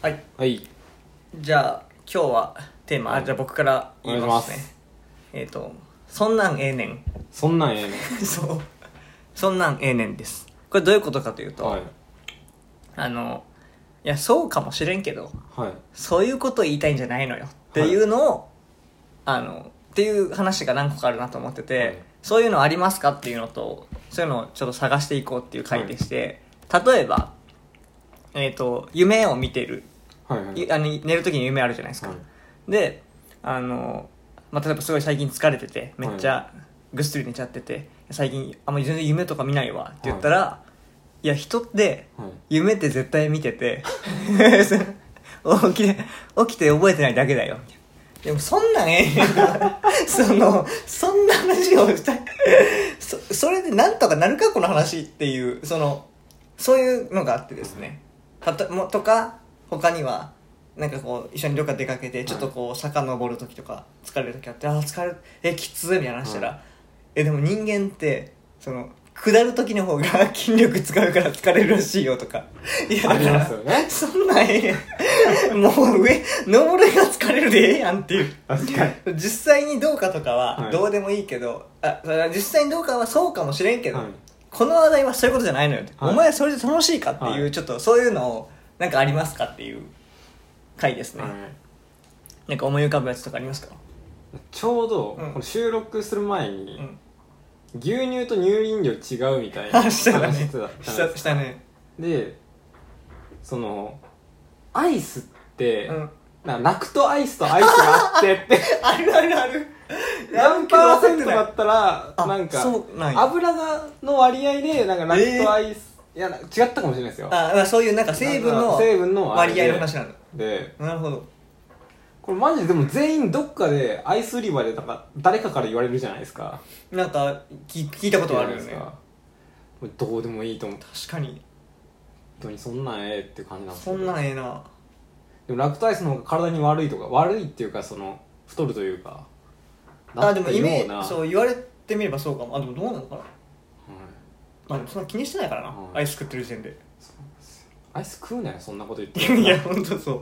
はい、 はい、 じゃあ今日はテーマ、じゃあ僕から言いますね。そんなんええねん。 そんなんええねんそう、そんなんええねんです。これどういうことかというと、 はい、 いやそうかもしれんけど、 はい、 そういうこと言いたいんじゃないのよっていうのを、っていう話が何個かあるなと思ってて、 はい、 そういうのありますかっていうのと、そういうのをちょっと探していこうっていう回でして、例えば夢を見てる、 はいはい、 寝る時に夢あるじゃないですか、 はい、 で例えばすごい最近疲れててめっちゃぐっすり寝ちゃってて、最近あんまり全然夢とか見ないわって言ったら、いや人って夢って絶対見てて起きて覚えてないだけだよみたいな。でもそんなんええねんそんな話をしたいそれでなんとかなるかこの話っていうそういうのがあってですね、とか他にはなんかこう一緒にどっか出かけてちょっとこう坂登る時とか疲れる時あって、ああ疲れきついみたいな話したら、でも人間って下る時の方が筋力使うから疲れるらしいよとか。いやだから、ね、そんなんええやん。もう登るが疲れるでええやんっていう。 確かに実際にどうかとかはどうでもいいけど、実際にどうかはそうかもしれんけど、この話題はそういうことじゃないのよって、お前はそれで楽しいかっていう、ちょっとそういうのをなんかありますかっていう回ですね。なんか思い浮かぶやつとかありますか？ ちょうどこの収録する前に、牛乳と乳飲料違うみたいな話してたしたね。 でアイスって、なんかラクトアイスとアイスがあってってあるあるある。 何パーセントだったらなんか油の割合でなんかラクトアイス、いや違ったかもしれないですよ。 そういうなんか成分の割合の話なんだ。 で、 なるほど。 これマジでも全員どっかでアイス売り場でなんか誰かから言われるじゃないですか。 なんか聞いたことあるよね。 どうでもいいと思って。 確かに。 本当にそんなんええって感じなんですけど。そんなんええな。 でもラクトアイスの方が体に悪いとか、悪いっていうか太るというか。 でもそう言われてみればそうかも。でもどうなのかな。でもそんな気にしてないからな。アイス食ってる時点で。 アイス食うなよそんなこと言ってる。 いや本当そう。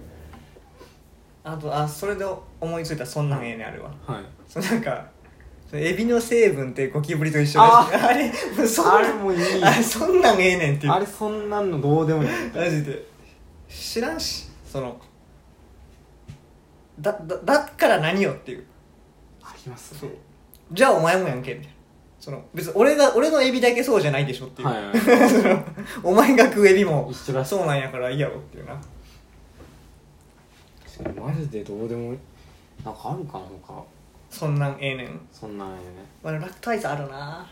それで思いついたそんなんええねあるわ。なんかエビの成分ってゴキブリと一緒だし、あれもいい。そんなんええねんっていう。 あれそんなんのどうでもいい。 マジで知らんし、だから何よっていう。 ありますね。 そう。じゃあお前もやんけみたいな。別に俺のエビだけそうじゃないでしょっていう。お前が食うエビもそうなんやからいいやろっていうな。 マジでどうでもなんかあるかな。 そんなんええねん。 そんなんええねん。ラクトアイスあるな。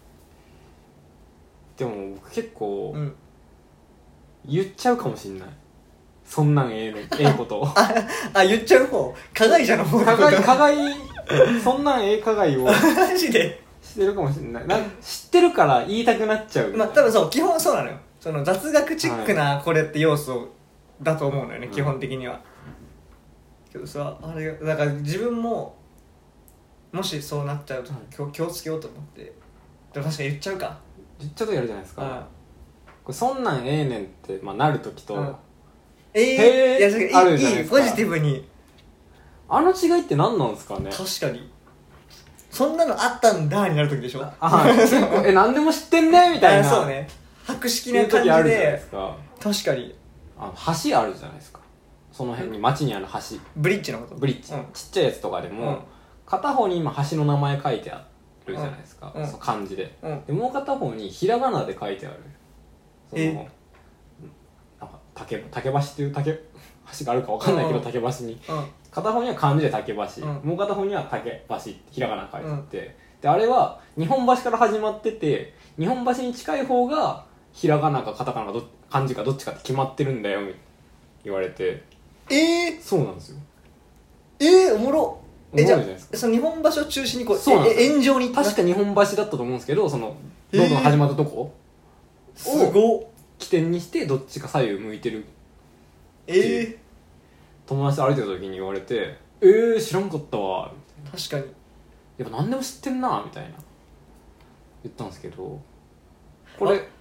でも僕結構、言っちゃうかもしんない。そんなんええねん、ええことを言っちゃう方、加害者の方。 加害そんなんええ加害をマジでしてるかもしんない。知ってるから言いたくなっちゃう。 多分そう、基本そうなのよ。雑学チックなこれって要素だと思うのよね、基本的には。けどさ、あれだから自分ももしそうなっちゃうと、気をつけようと思って。でも確かに言っちゃうか。 言っちゃうとやるじゃないですか。これそんなんええねんって、なるときと、 いやあるじゃないですか。いいポジティブに。 あの違いって何なんですかね。 確かに。そんなのあったんだになるときでしょ。 何でも知ってんねみたいな。 そうね。博識な感じで。確かに。 橋あるじゃないですか。その辺に町にある橋。 ブリッジのこと。 ブリッジ。ちっちゃいやつとかでも、片方に今橋の名前書いてあるじゃないですか。その漢字で。でもう片方にひらがなで書いてある。竹橋っていう橋があるか分かんないけど、竹橋に。片方には漢字で竹橋、もう片方には竹橋ってひらがな書いてあって、であれは日本橋から始まってて、日本橋に近い方がひらがなかカタカナか漢字かどっちかって決まってるんだよ言われて、そうなんですよ。 おもろ。じゃあその日本橋を中心にこう円状に、 確か日本橋だったと思うんですけど、どんどん始まったとこを起点にしてどっちか左右向いてるって友達と歩いてた時に言われて、知らんかったわみたいな。 確かに。 やっぱ何でも知ってんなみたいな言ったんですけど、これ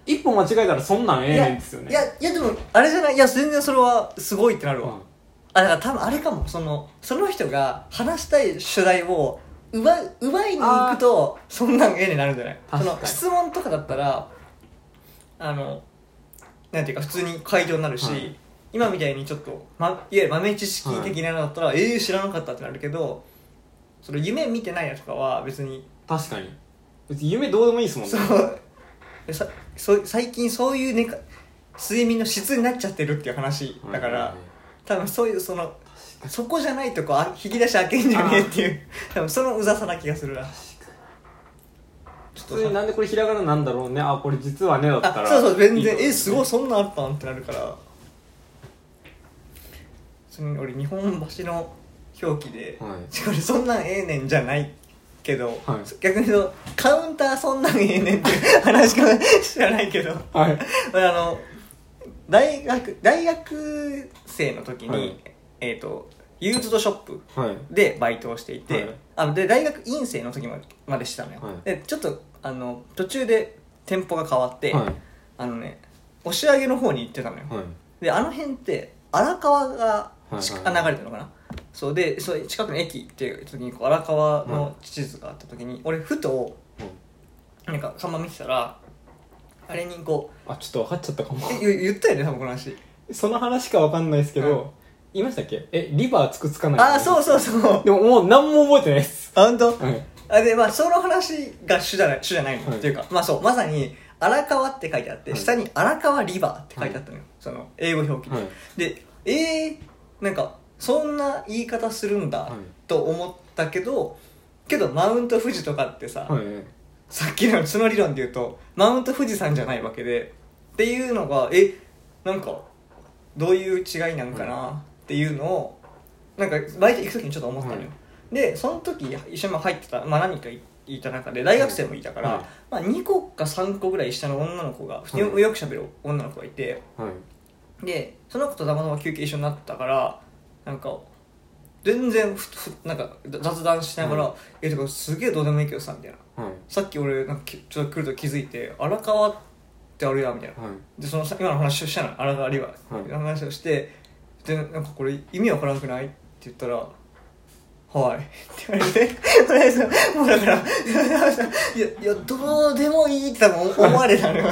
一歩間違えたらそんなんええねんですよね。 いやでもあれじゃない、いや全然それはすごいってなるわ、 うん、 だから多分あれかも、その人が話したい主題を奪いに行くとそんなんええになるんじゃない。その質問とかだったらなんていうか普通に回答になるし、はい、今みたいにちょっと、いわゆる豆知識的なのだったら、はい、知らなかったってなるけど、その夢見てないやつとかは別に、 確かに別に夢どうでもいいですもんね。 最近そういう、ね、睡眠の質になっちゃってるっていう話だから、はい、多分そういうそこじゃないとこ引き出し開けんじゃねえっていう多分そのうざさな気がするな。 普通になんでこれひらがななんだろうね、あこれ実はねだったらそう全然いい、ね、すごいそんなんあったんってなるから。俺日本橋の表記で、はい、これそんなんええねんじゃないけど、はい、逆に言うとカウンターそんなんええねんっていう話か知らないけど、はい、大学生の時に、はい、ユーズドショップでバイトをしていて、はい、で大学院生の時までしたのよ、はい、でちょっと途中で店舗が変わって、はい、押上の方に行ってたのよ、はい、で辺って荒川が流れてるのかな、そうで近くの駅っていう時に荒川の地図があった時に、俺ふとなんか看板見てたらあれにこうちょっと分かっちゃったかも。 言ったよね多分この話。 その話か分かんないですけど、言いましたっけ？リバーつくつかない。 そうでももう何も覚えてないです。 本当？でその話が主じゃないの、っていうかまさに荒川って書いてあって、下に荒川リバーって書いてあったのよ、その英語表記で、でなんかそんな言い方するんだと思ったけどマウント富士とかってさ、さっきのその理論で言うとマウント富士山じゃないわけでっていうのがなんかどういう違いなんかなっていうのをなんかバイト行く時にちょっと思ったのよ、でその時一緒に入ってた、何人かいた中で大学生もいたから、2個か3個ぐらい下の女の子が普通によく喋る女の子がいて、でその子とたまたま休憩一緒になったからなんか全然なんか雑談しながら「てかすげえどうでもいいけどさ」みたいな、さっき俺なんかちょっと来ると気づいて荒川ってあるやみたいな、でその今の話をしたの荒川リバーの話をして、でなんかこれ意味わからなくないって言ったら「はい」って言われてもうだからいやどうでもいいって多分思われたのよ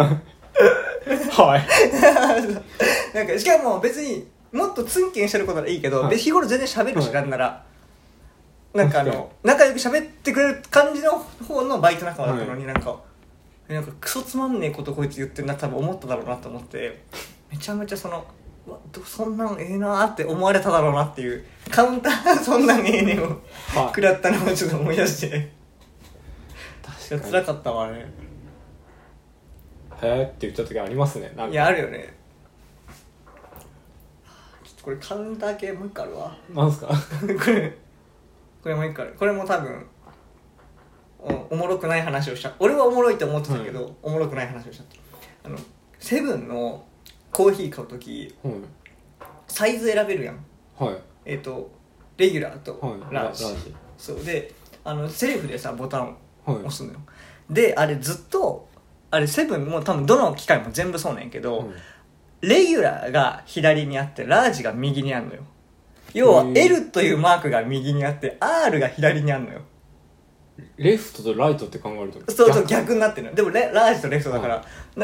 はいなんかしかも別にもっとツンケンしてることならいいけど、日頃全然喋るし、なんならなんか仲良く喋ってくれる感じの方のバイト仲間だったのに、なんかクソつまんねえことこいつ言ってるな多分思っただろうなと思って、めちゃめちゃそんなんええなーって思われただろうなっていうカウンターそんなんええねんを食らったのをちょっと思い出して、確かに辛かったわね。 って言っちゃった時ありますね。 いやあるよね。これカウンター系もう一個あるわ。 なんすかこれもう一個ある。これも多分 おもろくない話をした。俺はおもろいと思ってたけど、おもろくない話をした。セブンのコーヒー買うとき、サイズ選べるやん。レギュラーとラージ。そうでセリフでさボタンを押すのよ。であれずっとセブンも多分どの機械も全部そうなんやけど、レギュラーが左にあってラージが右にあるのよ。要は L というマークが右にあって R が左にあるのよ。 レフトとライトって考えるとそう逆になってるの。でもラージとレフトだから、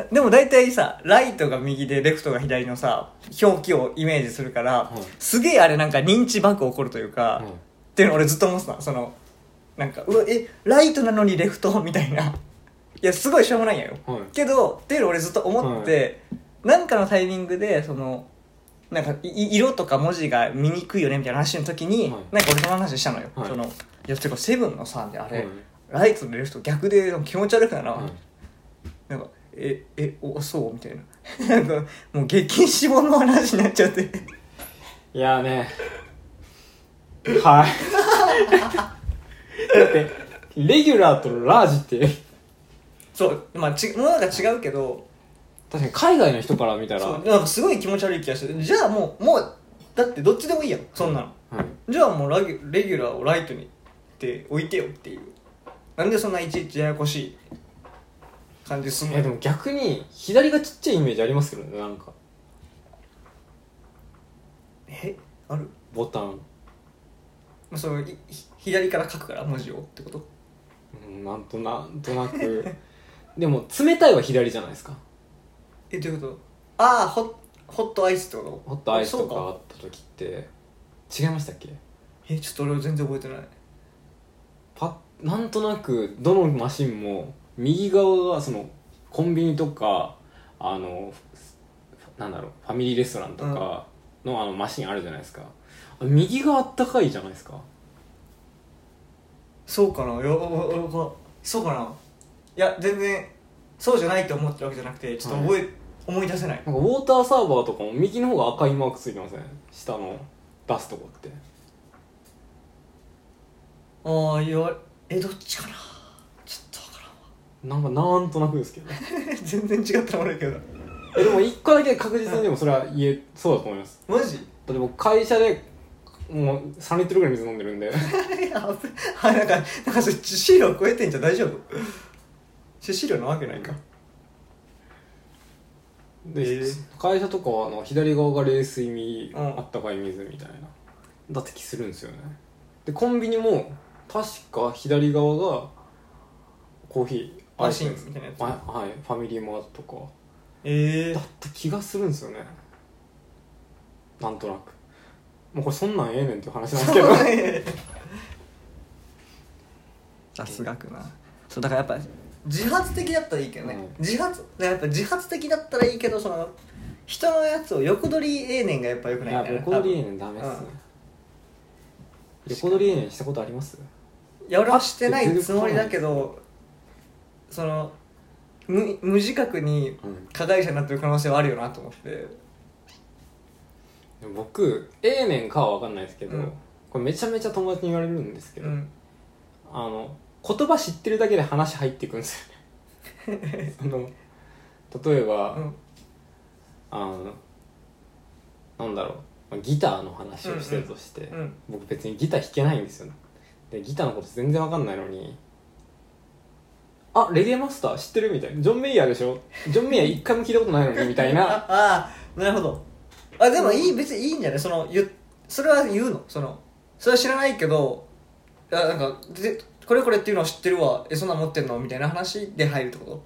でも大体さライトが右でレフトが左のさ表記をイメージするから、すげえあれなんか認知バグ起こるというか、っていうの俺ずっと思ってた。なんかライトなのにレフトみたいな、いやすごいしょうもないんやよ、けどっていうの俺ずっと思って、なんかのタイミングでなんか色とか文字が見にくいよねみたいな話の時に、なんか俺その話したのよ、いやてかセブンのさあれ、ライトとレフト逆で気持ち悪くなら、なんかそうみたいななんかもう激死もの話になっちゃっていやねだってレギュラーとラージってそうものが違うけど、 確かに海外の人から見たらなんかすごい気持ち悪い気がして、じゃあもうだってどっちでもいいやんそんなの、じゃあもうレギュラーをライトにって置いてよっていう、なんでそんないちいちややこしい感じする。 でも逆に左がちっちゃいイメージありますけどね。なんかあるボタン、 その左から書くから文字をってこと？ なんとなくでも冷たいは左じゃないですか。 どういうこと？ああ、ホットアイスってこと？ ホットアイスとかあった時って違いましたっけ？ ちょっと俺は全然覚えてない。 なんとなくどのマシンも右側がそのコンビニとかなんだろう、ファミリーレストランとかのマシンあるじゃないですか。右があったかいじゃないですか。 そうかな。そうかな。いや全然そうじゃないと思ってるわけじゃなくて、ちょっと思い出せない。 なんかウォーターサーバーとかも右の方が赤いマークついてません？下の出すとこって。 ああ、どっちかな。ちょっとわからんわ。 なんとなくですけど全然違ったら悪いけど。 でも一個だけ確実にでもそれはそうだと思います。 マジ？ だって僕会社でもう3リットルぐらい水飲んでるんでなんかそれ致死量超えてんじゃ大丈夫？致死量なわけないか。 で、会社とかは左側が冷水右、あったかい水みたいなだって気するんですよね。でコンビニも確か左側がコーヒーマシンみたいなやつ。 はい、ファミリーマートとかだった気がするんですよね。なんとなくもうこれそんなんええねんっていう話なんですけどさすがくな。そうだからやっぱ自発的だったらいいけどね、やっぱ自発的だったらいいけど、その人のやつを横取りええねんがやっぱよくないんだよね。 横取りええねんダメっすね、横取りええねんしたことあります？ いや俺はしてないつもりだけど、その無自覚に加害者になってる可能性はあるよなと思って、 僕ええねんかは分かんないですけど、これめちゃめちゃ友達に言われるんですけど、言葉知ってるだけで話入っていくんですよね例えば、なんだろう、ギターの話をしてるとして、僕別にギター弾けないんですよ。でギターのこと全然分かんないのに、レゲエマスター知ってるみたいな、ジョン・メイヤーでしょ、ジョン・メイヤー一回も聞いたことないのにみたいななるほど。でも別にいいんじゃない？それは言うの？それは知らないけど、なんかこれっていうのを知ってるわ、そんなん持ってんのみたいな話で入るってこと？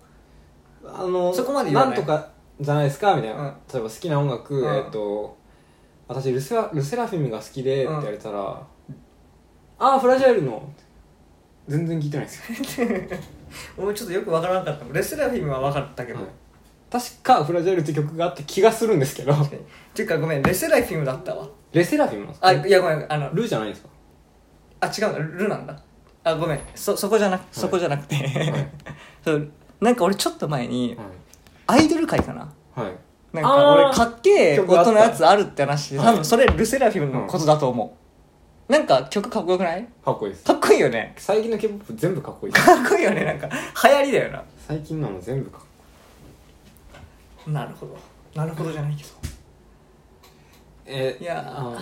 そこまで言わない。 なんとかじゃないですかみたいな、例えば好きな音楽、私ルセラフィムが好きでって言われたら、フラジャイルの全然聞いてないですよ俺ちょっとよくわからなかった。ルセラフィムは分かったけど、 確かフラジャイルって曲があって気がするんですけどっていうかごめん、レセラフィムだったわ。 レセラフィムなんですか？ いやごめん、 ルじゃないんですか？ 違うんだ、ルなんだ。ごめん、そこじゃなくてそうなんか俺ちょっと前に、アイドル界かな、なんか俺かっけえ音のやつあるって話で、多分それルセラフィムのことだと思う。なんか曲かっこよくない？ かっこいいです。 かっこいいよね。 最近の K-POP 全部かっこいい。 かっこいいよね。なんか流行りだよな。 最近の全部かっこいい。なるほどじゃないけど、いや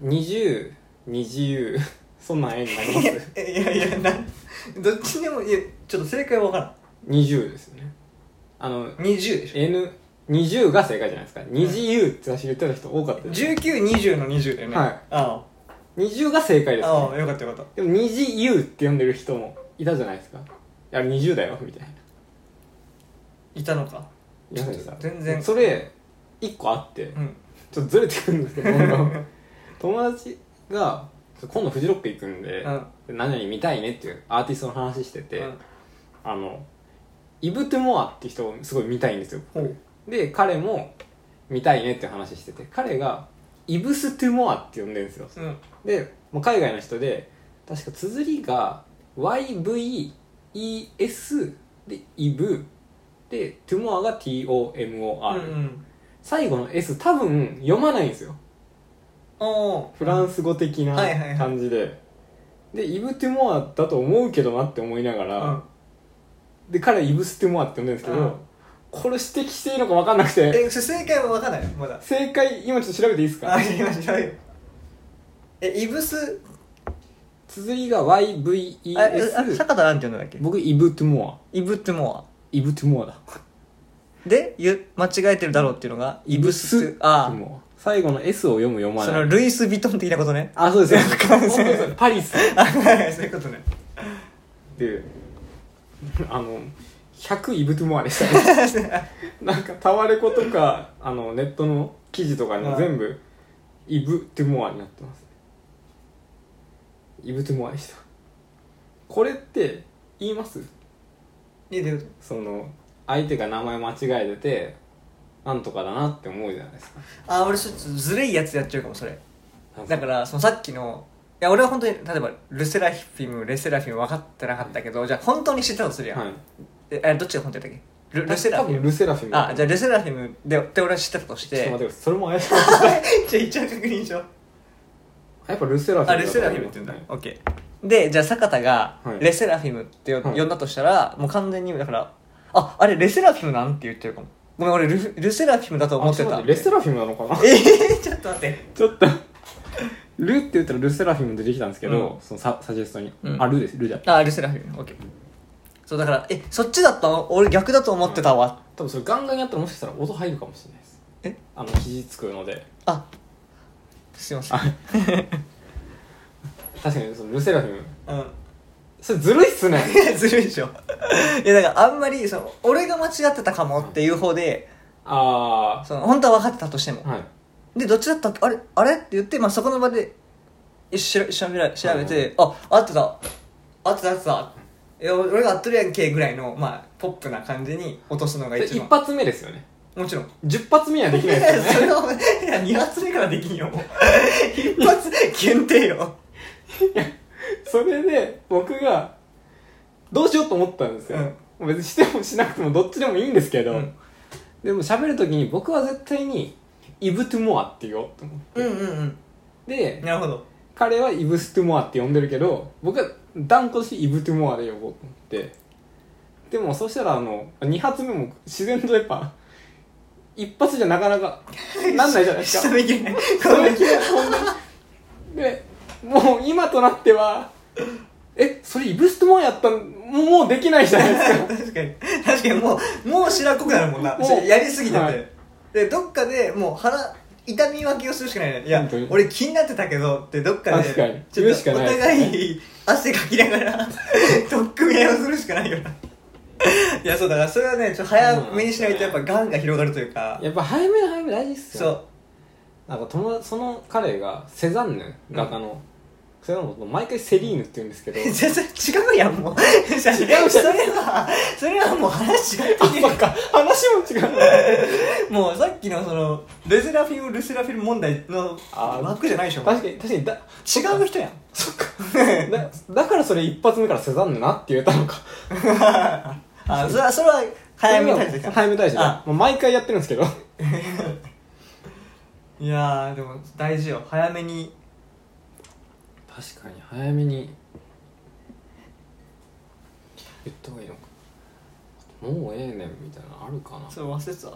20そんなん絵になります？ いやどっちでもちょっと正解は分からん。 20ですよね。 20でしょ。 20が正解じゃないですか。20って私言ってた人多かったです。 19、20の20だよね。 20が正解ですね。 よかった。 でも20って呼んでる人もいたじゃないですか。いや20だよみたいな。 いたのか。 いや全然それ1個あって、ちょっとずれてくるんですけど友達が今度フジロック行くんで、何々見たいねっていうアーティストの話してて、イブ・トゥ・モアって人をすごい見たいんですよ。で彼も見たいねって話してて、彼がイブス・トゥ・モアって呼んでるんですよ、でもう海外の人で、確か綴りが YVES でイブでトゥモアが TOMOR、最後の S 多分読まないんですよ。フランス語的な感じで、でイブ・トゥ・モアだと思うけどなって思いながら、で彼はイブス・トゥ・モアって呼んでるんですけど、これ指摘していいのか分かんなくて。 正解は分かんないまだ。 正解今ちょっと調べていいですか？ 今調べよう。イブス綴りが YVES。 坂田なんて呼んだっけ？ 僕イブ・トゥ・モア。 イブ・トゥ・モイブ・トゥモアだ。 で間違えてるだろうっていうのがイブスあ最後の S を読む読まない。 そのルイス・ヴィトン的なことね。 あ、そうですよ。パリス。 あ、はいそういうことね。 で100イブ・トゥモアでしたね。なんかタワレコとかネットの記事とかにも全部イブ・トゥモアになってますね。イブ・トゥモアでした。これって言います？その相手が名前間違えててなんとかだなって思うじゃないですか。 あ、俺ちょっとずるいやつやっちゃうかもそれ。だからそのさっきのいや俺は本当に例えばレセラフィム分かってなかったけど、じゃあ本当に知ってたとするやん、はい、どっちが本当だったっけ？ルセラフィム。 多分ルセラフィム。 あ、じゃあルセラフィムで俺は知ってたとして、 ちょっと待ってください、それも怪しくなってじゃあ一応確認しよう。 やっぱルセラフィム。 あ、ルセラフィムって言うんだ、オッケー。でじゃあ坂田がレセラフィムって呼んだとしたら、もう完全にだからあれレセラフィムなんて言ってるかも。ごめん俺ルセラフィムだと思ってた。 レセラフィムなのかな。 ちょっと待ってちょっとルって言ったらルセラフィム出てきたんですけど、そのサジェストに、あルです、ルじゃん。 あ、ルセラフィム、オッケー。そうだからそっちだったの？俺逆だと思ってたわ。 多分それガンガンやったらもしかしたら音入るかもしれないです。肘つくので。 あ、すいません。 確かにそのルセラフィム、それずるいっすね。 ずるいでしょ。いやだからあんまり俺が間違ってたかもっていう方で、本当は分かってたとしても、でどっちだったっけ、あれって言って、そこの場で調べて、合ってた俺が合ってるやんけぐらいのポップな感じに落とすのが一番。 一発目ですよね。 もちろん 10発目にはできないですよね。 それを2発目からできんよ。もう一発限定よ。 いやそれで僕がどうしようと思ったんですよ、別にしてもしなくてもどっちでもいいんですけど、でも喋る時に僕は絶対にイブ・トゥモアって言おうと思って、でなるほど、 彼はイブス・トゥモアって呼んでるけど僕は断固としてイブ・トゥモアで呼ぼうと思って、でもそしたら2発目も自然とやっぱ一発じゃなかなかなんないじゃないですか。 できないでもう今となってはそれイブストモアやったのもうできないじゃないですか。 確かにもう白っこくなるもんな。やりすぎてて、でどっかでもう痛み分けをするしかないね。いや俺気になってたけどってどっかでちょっとお互い汗かきながら取っ組み合いをするしかないよな。いやそうだからそれはねちょっと早めにしないとやっぱがんが広がるというか、 やっぱ早め大事っすよ。そうなんかその彼がセザンヌ画家の、それはもう毎回セリーヌって言うんですけど違うやんもう違うそれはもう話違ってね。話も違う。 もうさっきのそのルセラフィム問題の枠じゃないでしょ。 確かに違う人やん。 そっかだからそれ一発目からセザンヌなって言えたのか。 それは早めたいしもう毎回やってるんですけど。 いやでも大事よ、早めに。 確かに早めに言った方がいいのか。もうええねんみたいなのあるかな。 それ忘れて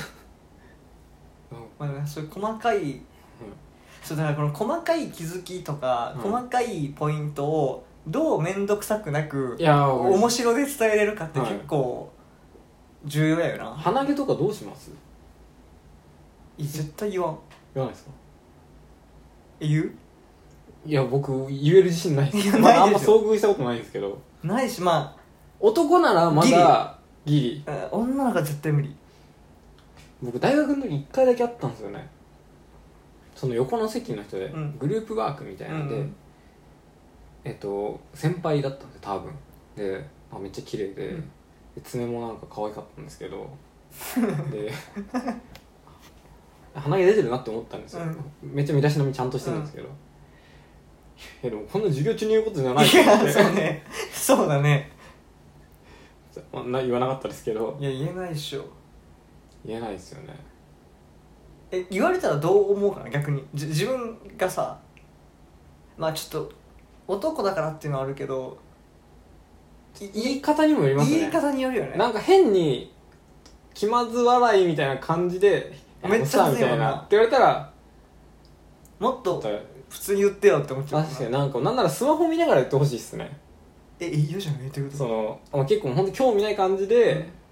た。そういう細かい、そうだからこの細かい気づきとか、細かいポイントをどう面倒くさくなく面白で伝えれるかって結構重要やよな。 鼻毛とかどうします？ 絶対言わないですか？ 言う？ いや僕言える自信ないです。あんま遭遇したことないんですけど。 ないし男ならまだギリ。 女の子は絶対無理。 僕大学の時1回だけあったんですよね。その横の席の人で、グループワークみたいなんで、先輩だったんですよ多分で、めっちゃ綺麗で、爪もなんか可愛かったんですけどで鼻毛出てるなって思ったんですよ、めっちゃ身だしなみちゃんとしてるんですけど、でもこんな授業中に言うことじゃないってそうだね言わなかったですけど。 いや言えないっしょ。 言えないですよね。 言われたらどう思うかな逆に。自分がさちょっと男だからっていうのはあるけど、 言い方にもよりますね。 言い方によるよね。 なんか変に気まず笑いみたいな感じでめっちゃみたいなって言われたらもっと普通に言ってよって思っちゃう。 確かになんならスマホ見ながら言ってほしいっすね。 嫌じゃん言ってくると。 結構本当興味ない感じで、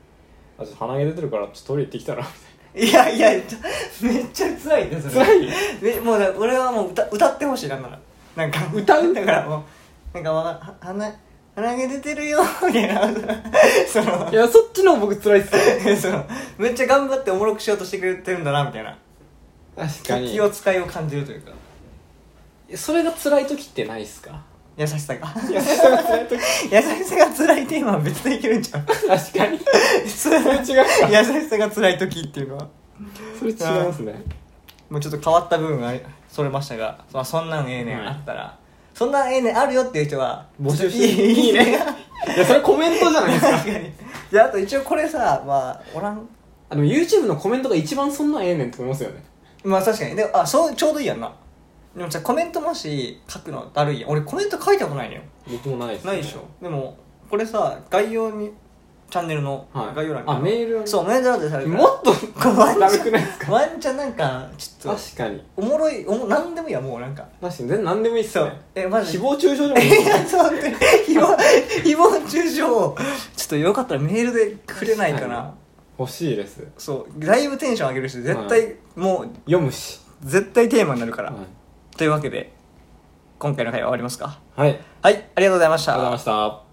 ちょっと鼻毛出てるからちょっとトイレ行ってきたらいやいやめっちゃ辛いねそれ。 辛い。 もう俺はもう歌ってほしいなんならなんか歌うだからもうなんか鼻毛出てるよみたいなそのいやそっちの方僕辛いっすよそのめっちゃ頑張っておもろくしようとしてくれてるんだなみたいな確かに気を使いを感じるというかそれが辛い時ってないっすか？ 優しさが優しさが辛い時優しさが辛いテーマは別でいけるんじゃん確かにそれ違うか優しさが辛い時っていうのはそれ違いますね。 もうちょっと変わった部分がそれましたが、まあ、そんなんええねんあったら、そんなんええねんあるよっていう人は募集していいねいやそれコメントじゃないですか確かに。じゃああと一応これさまあおらん YouTube のコメントが一番そんなんええねんって思いますよね。 まあ確かにでそうちょうどいいやんな。でもじゃあコメントもし書くのだるいやん。俺コメント書いたことないのよ。 僕もないです、 ないでしょ。でもこれさ概要にチャンネルの概要欄に、 メールそうメールアドレスあるからもっとワンダメくないですか？ ワンチャンなんかちょっと確かにおもろいなんでもいいやもうなんか確かに全然何でもいいっすそうね。 マジで誹謗中傷でもいいっすねそう本当に誹謗中傷をちょっとよかったらメールでくれないかな。 欲しいです。 そうだいぶテンション上げるし絶対、もう読むし、 絶対テーマになるから、 はい、 というわけで今回の回は終わりますか。 はい、 はい、ありがとうございました。 ありがとうございました。